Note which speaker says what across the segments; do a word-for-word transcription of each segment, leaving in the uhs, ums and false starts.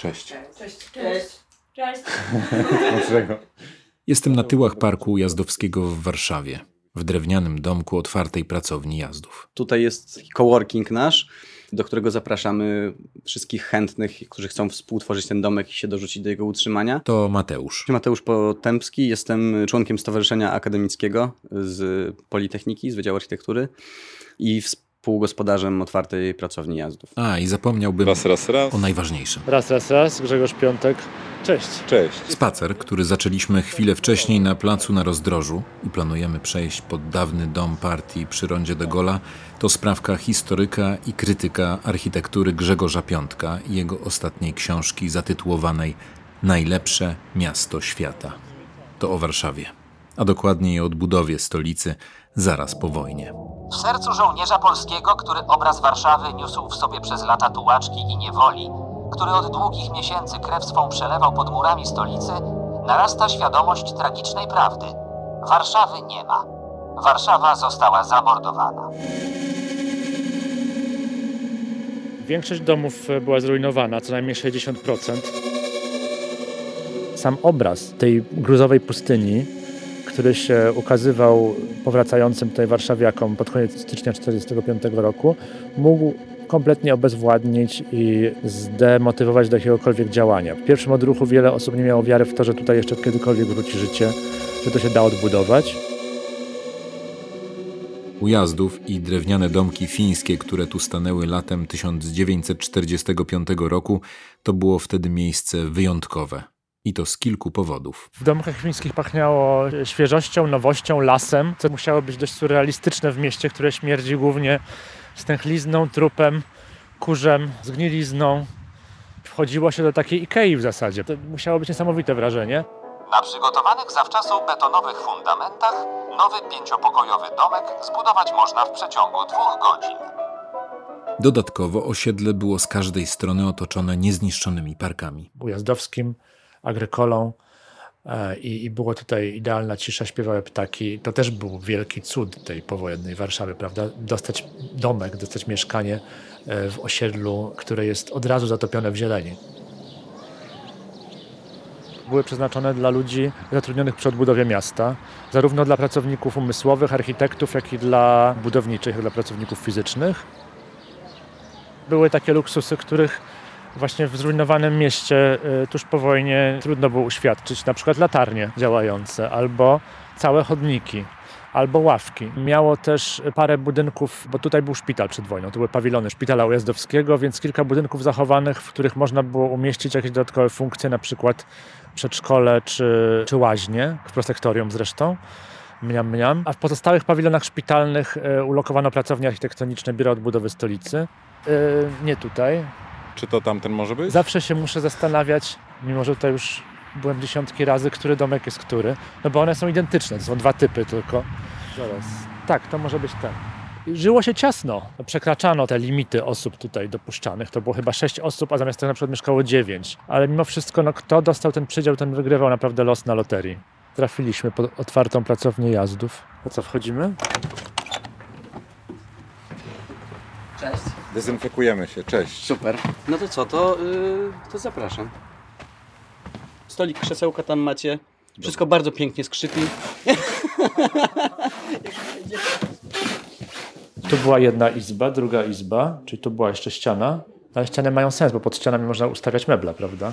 Speaker 1: Cześć.
Speaker 2: Cześć. Cześć.
Speaker 3: Cześć.
Speaker 1: Dlaczego?
Speaker 4: Jestem na tyłach Parku Ujazdowskiego w Warszawie, w drewnianym domku otwartej pracowni jazdów.
Speaker 5: Tutaj jest coworking nasz, do którego zapraszamy wszystkich chętnych, którzy chcą współtworzyć ten domek i się dorzucić do jego utrzymania.
Speaker 4: To Mateusz.
Speaker 5: Mateusz Potępski, jestem członkiem Stowarzyszenia Akademickiego z Politechniki, z Wydziału Architektury i współgospodarzem otwartej pracowni jazdów.
Speaker 4: A, i zapomniałbym
Speaker 1: Raz, raz, raz.
Speaker 4: o najważniejszym.
Speaker 2: Raz, raz, raz. Grzegorz Piątek. Cześć.
Speaker 1: Cześć.
Speaker 4: Spacer, który zaczęliśmy chwilę wcześniej na placu na Rozdrożu i planujemy przejść pod dawny dom partii przy rondzie de Gaulle'a, to sprawka historyka i krytyka architektury Grzegorza Piątka i jego ostatniej książki zatytułowanej Najlepsze miasto świata. To o Warszawie, a dokładniej o odbudowie stolicy zaraz po wojnie.
Speaker 6: W sercu żołnierza polskiego, który obraz Warszawy niósł w sobie przez lata tułaczki i niewoli, który od długich miesięcy krew swą przelewał pod murami stolicy, narasta świadomość tragicznej prawdy. Warszawy nie ma. Warszawa została zamordowana.
Speaker 2: Większość domów była zrujnowana, co najmniej sześćdziesiąt procent. Sam obraz tej gruzowej pustyni, który się ukazywał powracającym tutaj warszawiakom pod koniec stycznia tysiąc dziewięćset czterdziestego piątego roku, mógł kompletnie obezwładnić i zdemotywować do jakiegokolwiek działania. W pierwszym odruchu wiele osób nie miało wiary w to, że tutaj jeszcze kiedykolwiek wróci życie, że to się da odbudować.
Speaker 4: Ujazdów i drewniane domki fińskie, które tu stanęły latem tysiąc dziewięćset czterdziestego piątego roku, to było wtedy miejsce wyjątkowe. I to z kilku powodów.
Speaker 2: W domkach fińskich pachniało świeżością, nowością, lasem, co musiało być dość surrealistyczne w mieście, które śmierdzi głównie stęchlizną, trupem, kurzem, zgnilizną. Wchodziło się do takiej Ikei w zasadzie. To musiało być niesamowite wrażenie.
Speaker 6: Na przygotowanych zawczasu betonowych fundamentach nowy pięciopokojowy domek zbudować można w przeciągu dwóch godzin.
Speaker 4: Dodatkowo osiedle było z każdej strony otoczone niezniszczonymi parkami.
Speaker 2: Ujazdowskim, agrykolą e, i, i było tutaj idealna cisza, śpiewały ptaki. To też był wielki cud tej powojennej Warszawy, prawda? Dostać domek, dostać mieszkanie e, w osiedlu, które jest od razu zatopione w zieleni. Były przeznaczone dla ludzi zatrudnionych przy odbudowie miasta, zarówno dla pracowników umysłowych, architektów, jak i dla budowniczych, dla pracowników fizycznych. Były takie luksusy, których właśnie w zrujnowanym mieście y, tuż po wojnie trudno było uświadczyć, na przykład latarnie działające, albo całe chodniki, albo ławki. Miało też parę budynków, bo tutaj był szpital przed wojną, to były pawilony szpitala ujazdowskiego, więc kilka budynków zachowanych, w których można było umieścić jakieś dodatkowe funkcje, na przykład przedszkole czy, czy łaźnie, w prosektorium zresztą. Mniam, mniam. A w pozostałych pawilonach szpitalnych y, ulokowano pracownie architektoniczne Biura Odbudowy Stolicy. Y, nie tutaj.
Speaker 1: Czy to tamten może być?
Speaker 2: Zawsze się muszę zastanawiać, mimo że tutaj już byłem dziesiątki razy, który domek jest który. No bo one są identyczne, to są dwa typy tylko. Zaraz. Tak, to może być ten. Żyło się ciasno. Przekraczano te limity osób tutaj dopuszczanych. To było chyba sześć osób, a zamiast tego na przykład mieszkało dziewięć. Ale mimo wszystko, no kto dostał ten przydział, ten wygrywał naprawdę los na loterii. Trafiliśmy pod otwartą pracownię jazdów. Po co wchodzimy?
Speaker 5: Cześć.
Speaker 1: Dezynfekujemy się, cześć.
Speaker 5: Super. No to co, to, yy, to zapraszam. Stolik, krzesełka tam macie. Wszystko Dobra. Bardzo pięknie skrzypi.
Speaker 2: Tu była jedna izba, druga izba, czyli tu była jeszcze ściana. Ale ściany mają sens, bo pod ścianami można ustawiać meble, prawda?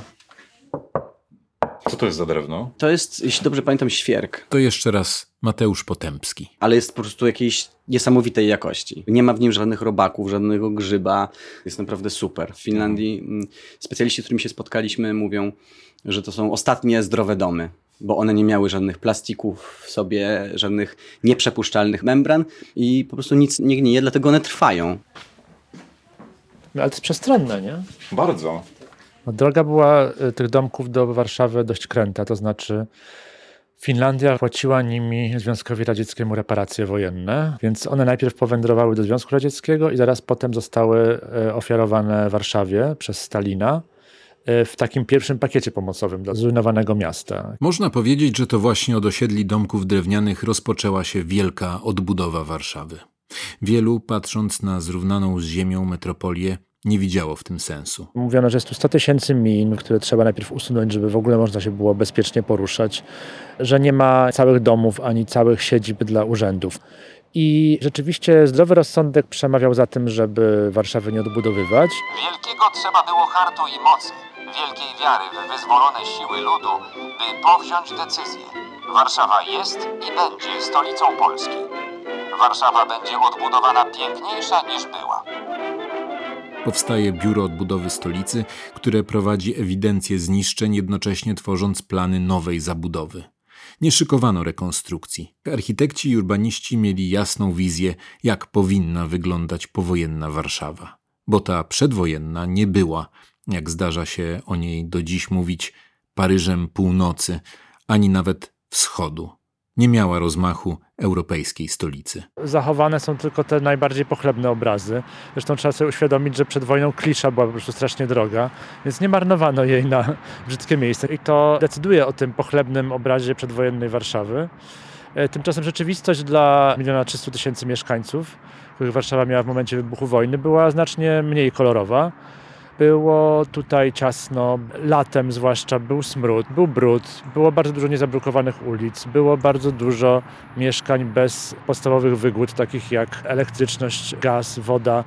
Speaker 1: Co to jest za drewno?
Speaker 5: To jest, jeśli dobrze pamiętam, świerk.
Speaker 4: To jeszcze raz Mateusz Potępski.
Speaker 5: Ale jest po prostu jakiejś niesamowitej jakości. Nie ma w nim żadnych robaków, żadnego grzyba. Jest naprawdę super. W Finlandii specjaliści, z którymi się spotkaliśmy, mówią, że to są ostatnie zdrowe domy, bo one nie miały żadnych plastików w sobie, żadnych nieprzepuszczalnych membran i po prostu nic nie gnije, dlatego one trwają.
Speaker 2: No, ale to jest przestronne, nie?
Speaker 1: Bardzo.
Speaker 2: No, droga była tych domków do Warszawy dość kręta, to znaczy Finlandia płaciła nimi Związkowi Radzieckiemu reparacje wojenne, więc one najpierw powędrowały do Związku Radzieckiego i zaraz potem zostały ofiarowane Warszawie przez Stalina w takim pierwszym pakiecie pomocowym dla zrujnowanego miasta.
Speaker 4: Można powiedzieć, że to właśnie od osiedli domków drewnianych rozpoczęła się wielka odbudowa Warszawy. Wielu, patrząc na zrównaną z ziemią metropolię, nie widziało w tym sensu.
Speaker 2: Mówiono, że jest tu sto tysięcy min, które trzeba najpierw usunąć, żeby w ogóle można się było bezpiecznie poruszać, że nie ma całych domów ani całych siedzib dla urzędów. I rzeczywiście zdrowy rozsądek przemawiał za tym, żeby Warszawy nie odbudowywać.
Speaker 6: Wielkiego trzeba było hartu i mocy, wielkiej wiary w wyzwolone siły ludu, by powziąć decyzję. Warszawa jest i będzie stolicą Polski. Warszawa będzie odbudowana piękniejsza niż była.
Speaker 4: Powstaje Biuro Odbudowy Stolicy, które prowadzi ewidencję zniszczeń, jednocześnie tworząc plany nowej zabudowy. Nie szykowano rekonstrukcji. Architekci i urbaniści mieli jasną wizję, jak powinna wyglądać powojenna Warszawa. Bo ta przedwojenna nie była, jak zdarza się o niej do dziś mówić, Paryżem północy, ani nawet wschodu. Nie miała rozmachu europejskiej stolicy.
Speaker 2: Zachowane są tylko te najbardziej pochlebne obrazy. Zresztą trzeba sobie uświadomić, że przed wojną klisza była po prostu strasznie droga, więc nie marnowano jej na brzydkie miejsce. I to decyduje o tym pochlebnym obrazie przedwojennej Warszawy. Tymczasem rzeczywistość dla miliona trzystu tysięcy mieszkańców, których Warszawa miała w momencie wybuchu wojny, była znacznie mniej kolorowa. Było tutaj ciasno, latem zwłaszcza był smród, był brud, było bardzo dużo niezabrukowanych ulic, było bardzo dużo mieszkań bez podstawowych wygód, takich jak elektryczność, gaz, woda.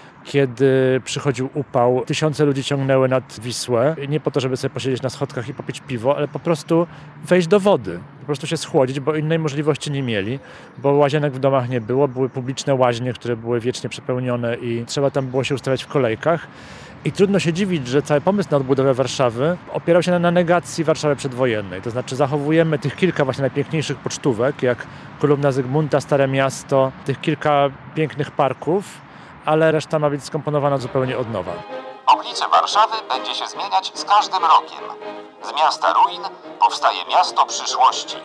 Speaker 2: Kiedy przychodził upał, tysiące ludzi ciągnęły nad Wisłę, nie po to, żeby sobie posiedzieć na schodkach i popić piwo, ale po prostu wejść do wody, po prostu się schłodzić, bo innej możliwości nie mieli, bo łazienek w domach nie było, były publiczne łaźnie, które były wiecznie przepełnione i trzeba tam było się ustawiać w kolejkach. I trudno się dziwić, że cały pomysł na odbudowę Warszawy opierał się na negacji Warszawy przedwojennej. To znaczy zachowujemy tych kilka właśnie najpiękniejszych pocztówek, jak kolumna Zygmunta, Stare Miasto, tych kilka pięknych parków, ale reszta ma być skomponowana zupełnie od nowa.
Speaker 6: Oblicze Warszawy będzie się zmieniać z każdym rokiem. Z miasta ruin powstaje miasto przyszłości.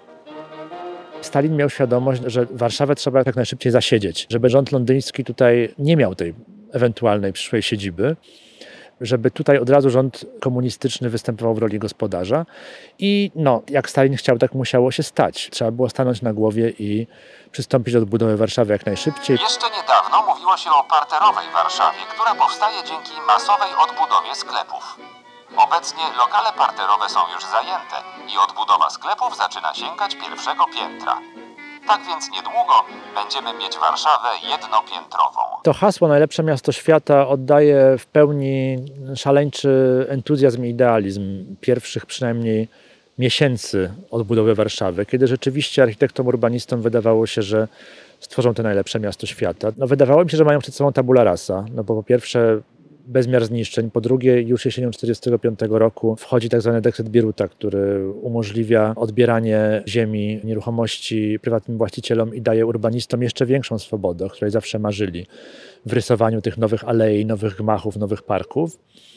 Speaker 2: Stalin miał świadomość, że Warszawę trzeba jak najszybciej zasiedzieć, żeby rząd londyński tutaj nie miał tej ewentualnej przyszłej siedziby, żeby tutaj od razu rząd komunistyczny występował w roli gospodarza. I no, jak Stalin chciał, tak musiało się stać. Trzeba było stanąć na głowie i przystąpić do odbudowy Warszawy jak najszybciej.
Speaker 6: Jeszcze niedawno mówiło się o parterowej Warszawie, która powstaje dzięki masowej odbudowie sklepów. Obecnie lokale parterowe są już zajęte i odbudowa sklepów zaczyna sięgać pierwszego piętra. Tak więc niedługo będziemy mieć Warszawę jednopiętrową.
Speaker 2: To hasło najlepsze miasto świata oddaje w pełni szaleńczy entuzjazm i idealizm pierwszych przynajmniej miesięcy odbudowy Warszawy, kiedy rzeczywiście architektom, urbanistom wydawało się, że stworzą to najlepsze miasto świata. No, wydawało mi się, że mają przed sobą tabula rasa, no bo po pierwsze bezmiar zniszczeń, po drugie już jesienią tysiąc dziewięćset czterdziestego piątego roku wchodzi tak zwany dekret Bieruta, który umożliwia odbieranie ziemi, nieruchomości prywatnym właścicielom i daje urbanistom jeszcze większą swobodę, o której zawsze marzyli w rysowaniu tych nowych alei, nowych gmachów, nowych parków.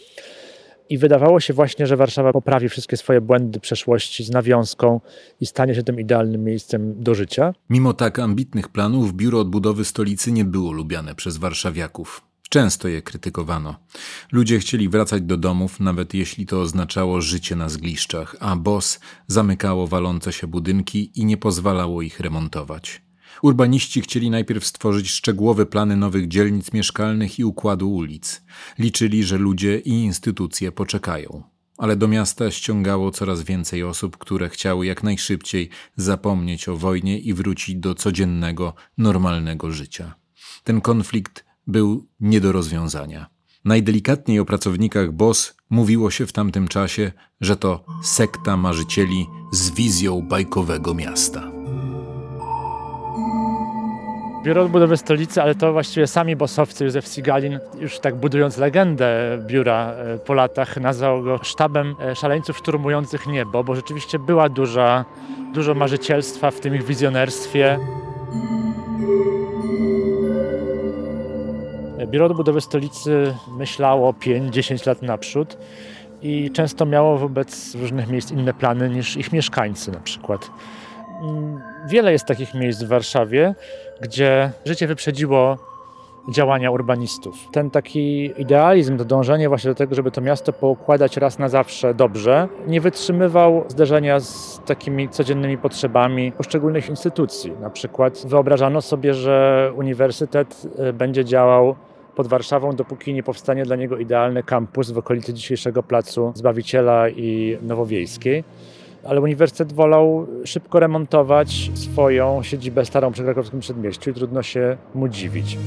Speaker 2: I wydawało się właśnie, że Warszawa poprawi wszystkie swoje błędy przeszłości z nawiązką i stanie się tym idealnym miejscem do życia.
Speaker 4: Mimo tak ambitnych planów Biuro Odbudowy Stolicy nie było lubiane przez warszawiaków. Często je krytykowano. Ludzie chcieli wracać do domów, nawet jeśli to oznaczało życie na zgliszczach, a B O S zamykało walące się budynki i nie pozwalało ich remontować. Urbaniści chcieli najpierw stworzyć szczegółowe plany nowych dzielnic mieszkalnych i układu ulic. Liczyli, że ludzie i instytucje poczekają. Ale do miasta ściągało coraz więcej osób, które chciały jak najszybciej zapomnieć o wojnie i wrócić do codziennego, normalnego życia. Ten konflikt był nie do rozwiązania. Najdelikatniej o pracownikach B O S mówiło się w tamtym czasie, że to sekta marzycieli z wizją bajkowego miasta.
Speaker 2: Biuro Odbudowy Stolicy, ale to właściwie sami bosowcy, Józef Sigalin, już tak budując legendę biura po latach, nazwał go sztabem szaleńców szturmujących niebo, bo rzeczywiście była duża, dużo marzycielstwa w tym ich wizjonerstwie. Biuro Odbudowy Stolicy myślało pięć dziesięć lat naprzód i często miało wobec różnych miejsc inne plany niż ich mieszkańcy na przykład. Wiele jest takich miejsc w Warszawie, gdzie życie wyprzedziło działania urbanistów. Ten taki idealizm, to dążenie właśnie do tego, żeby to miasto poukładać raz na zawsze dobrze, nie wytrzymywał zderzenia z takimi codziennymi potrzebami poszczególnych instytucji. Na przykład wyobrażano sobie, że uniwersytet będzie działał pod Warszawą, dopóki nie powstanie dla niego idealny kampus w okolicy dzisiejszego Placu Zbawiciela i Nowowiejskiej. Ale uniwersytet wolał szybko remontować swoją siedzibę starą przy Krakowskim Przedmieściu i trudno się mu dziwić.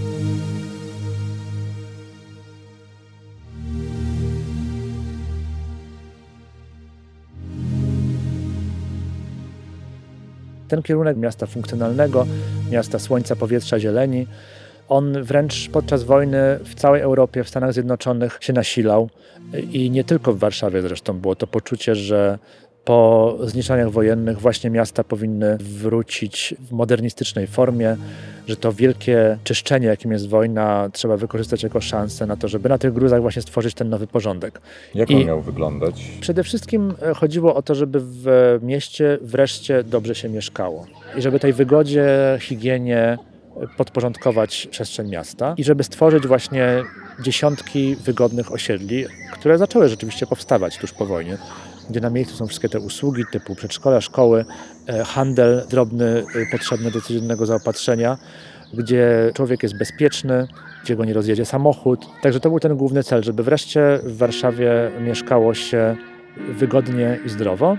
Speaker 2: Ten kierunek miasta funkcjonalnego, miasta słońca, powietrza, zieleni, on wręcz podczas wojny w całej Europie, w Stanach Zjednoczonych się nasilał i nie tylko w Warszawie zresztą było to poczucie, że po zniszczeniach wojennych właśnie miasta powinny wrócić w modernistycznej formie, że to wielkie czyszczenie, jakim jest wojna, trzeba wykorzystać jako szansę na to, żeby na tych gruzach właśnie stworzyć ten nowy porządek.
Speaker 1: Jak
Speaker 2: I
Speaker 1: on miał wyglądać?
Speaker 2: Przede wszystkim chodziło o to, żeby w mieście wreszcie dobrze się mieszkało i żeby tej wygodzie, higienie podporządkować przestrzeń miasta i żeby stworzyć właśnie dziesiątki wygodnych osiedli, które zaczęły rzeczywiście powstawać tuż po wojnie, gdzie na miejscu są wszystkie te usługi typu przedszkola, szkoły, handel drobny potrzebny do codziennego zaopatrzenia, gdzie człowiek jest bezpieczny, gdzie go nie rozjedzie samochód. Także to był ten główny cel, żeby wreszcie w Warszawie mieszkało się wygodnie i zdrowo.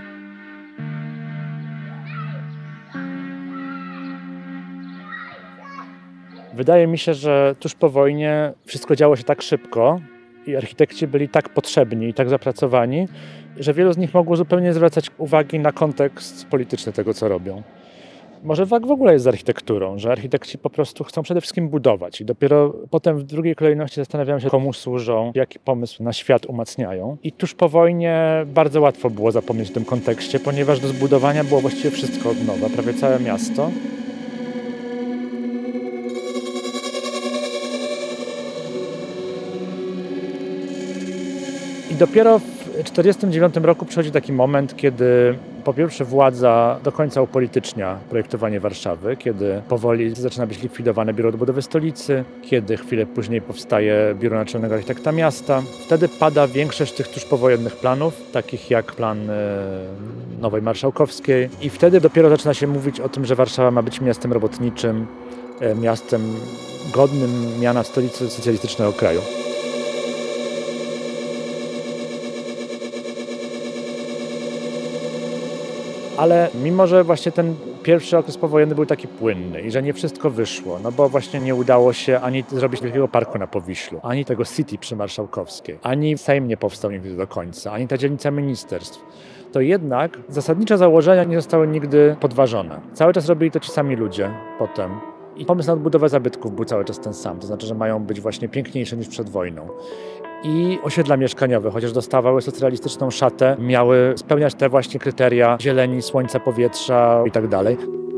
Speaker 2: Wydaje mi się, że tuż po wojnie wszystko działo się tak szybko i architekci byli tak potrzebni i tak zapracowani, że wielu z nich mogło zupełnie nie zwracać uwagi na kontekst polityczny tego, co robią. Może tak w ogóle jest z architekturą, że architekci po prostu chcą przede wszystkim budować i dopiero potem w drugiej kolejności zastanawiają się, komu służą, jaki pomysł na świat umacniają. I tuż po wojnie bardzo łatwo było zapomnieć o tym kontekście, ponieważ do zbudowania było właściwie wszystko od nowa, prawie całe miasto. I dopiero w tysiąc dziewięćset czterdziestym dziewiątym roku przychodzi taki moment, kiedy po pierwsze władza do końca upolitycznia projektowanie Warszawy, kiedy powoli zaczyna być likwidowane Biuro Odbudowy Stolicy, kiedy chwilę później powstaje Biuro Naczelnego Architekta Miasta. Wtedy pada większość tych tuż powojennych planów, takich jak plan Nowej Marszałkowskiej. I wtedy dopiero zaczyna się mówić o tym, że Warszawa ma być miastem robotniczym, miastem godnym miana stolicy socjalistycznego kraju. Ale mimo, że właśnie ten pierwszy okres powojenny był taki płynny i że nie wszystko wyszło, no bo właśnie nie udało się ani zrobić wielkiego parku na Powiślu, ani tego City przy Marszałkowskiej, ani Sejm nie powstał nigdy do końca, ani ta dzielnica ministerstw, to jednak zasadnicze założenia nie zostały nigdy podważone. Cały czas robili to ci sami ludzie potem. I pomysł na odbudowę zabytków był cały czas ten sam, to znaczy, że mają być właśnie piękniejsze niż przed wojną. I osiedla mieszkaniowe, chociaż dostawały socjalistyczną szatę, miały spełniać te właśnie kryteria zieleni, słońca, powietrza i tak dalej.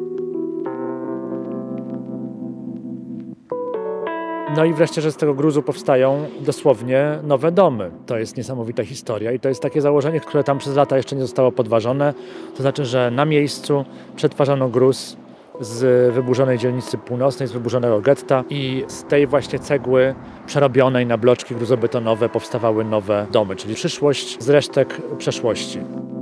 Speaker 2: No i wreszcie, że z tego gruzu powstają dosłownie nowe domy. To jest niesamowita historia i to jest takie założenie, które tam przez lata jeszcze nie zostało podważone. To znaczy, że na miejscu przetwarzano gruz z wyburzonej dzielnicy północnej, z wyburzonego getta i z tej właśnie cegły przerobionej na bloczki gruzobetonowe powstawały nowe domy, czyli przyszłość z resztek przeszłości.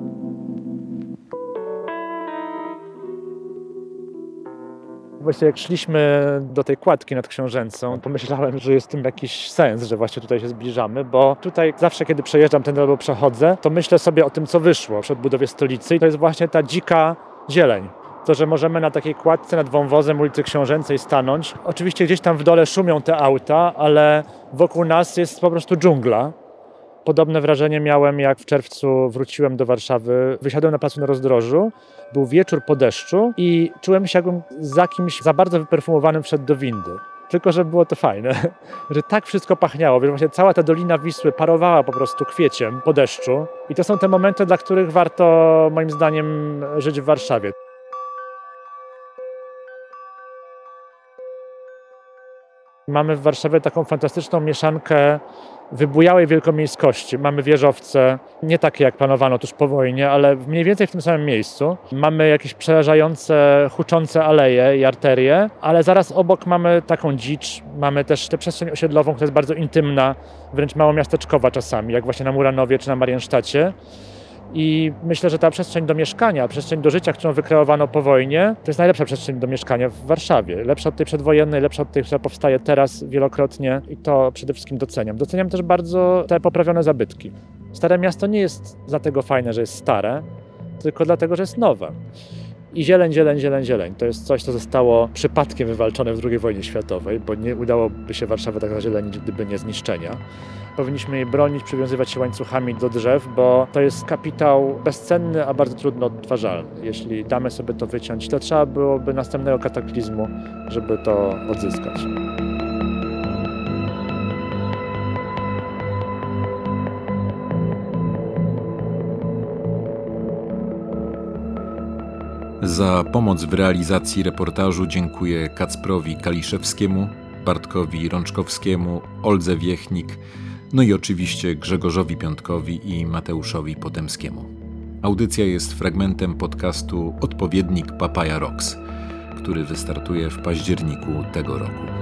Speaker 2: Właśnie jak szliśmy do tej kładki nad Książęcą, pomyślałem, że jest w tym jakiś sens, że właśnie tutaj się zbliżamy, bo tutaj zawsze, kiedy przejeżdżam ten albo przechodzę, to myślę sobie o tym, co wyszło przy odbudowie stolicy i to jest właśnie ta dzika zieleń. To, że możemy na takiej kładce nad wąwozem ulicy Książęcej stanąć. Oczywiście gdzieś tam w dole szumią te auta, ale wokół nas jest po prostu dżungla. Podobne wrażenie miałem, jak w czerwcu wróciłem do Warszawy. Wysiadłem na placu na Rozdrożu. Był wieczór po deszczu i czułem się, jakbym za kimś za bardzo wyperfumowanym wszedł do windy. Tylko, że było to fajne, że tak wszystko pachniało. Wiesz, właśnie cała ta Dolina Wisły parowała po prostu kwieciem po deszczu. I to są te momenty, dla których warto, moim zdaniem, żyć w Warszawie. Mamy w Warszawie taką fantastyczną mieszankę wybujałej wielkomiejskości. Mamy wieżowce, nie takie jak planowano tuż po wojnie, ale mniej więcej w tym samym miejscu. Mamy jakieś przerażające, huczące aleje i arterie, ale zaraz obok mamy taką dzicz. Mamy też tę przestrzeń osiedlową, która jest bardzo intymna, wręcz mało miasteczkowa czasami, jak właśnie na Muranowie czy na Mariensztacie. I myślę, że ta przestrzeń do mieszkania, przestrzeń do życia, którą wykreowano po wojnie, to jest najlepsza przestrzeń do mieszkania w Warszawie. Lepsza od tej przedwojennej, lepsza od tej, która powstaje teraz wielokrotnie i to przede wszystkim doceniam. Doceniam też bardzo te poprawione zabytki. Stare miasto nie jest dlatego fajne, że jest stare, tylko dlatego, że jest nowe. I zieleń, zieleń, zieleń, zieleń. To jest coś, co zostało przypadkiem wywalczone w drugiej wojnie światowej, bo nie udałoby się Warszawę tak zazielenić, gdyby nie zniszczenia. Powinniśmy jej bronić, przywiązywać się łańcuchami do drzew, bo to jest kapitał bezcenny, a bardzo trudno odtwarzalny. Jeśli damy sobie to wyciąć, to trzeba byłoby następnego kataklizmu, żeby to odzyskać.
Speaker 4: Za pomoc w realizacji reportażu dziękuję Kacprowi Kaliszewskiemu, Bartkowi Rączkowskiemu, Oldze Wiechnik, no i oczywiście Grzegorzowi Piątkowi i Mateuszowi Potemskiemu. Audycja jest fragmentem podcastu Odpowiednik Papaya Rocks, który wystartuje w październiku tego roku.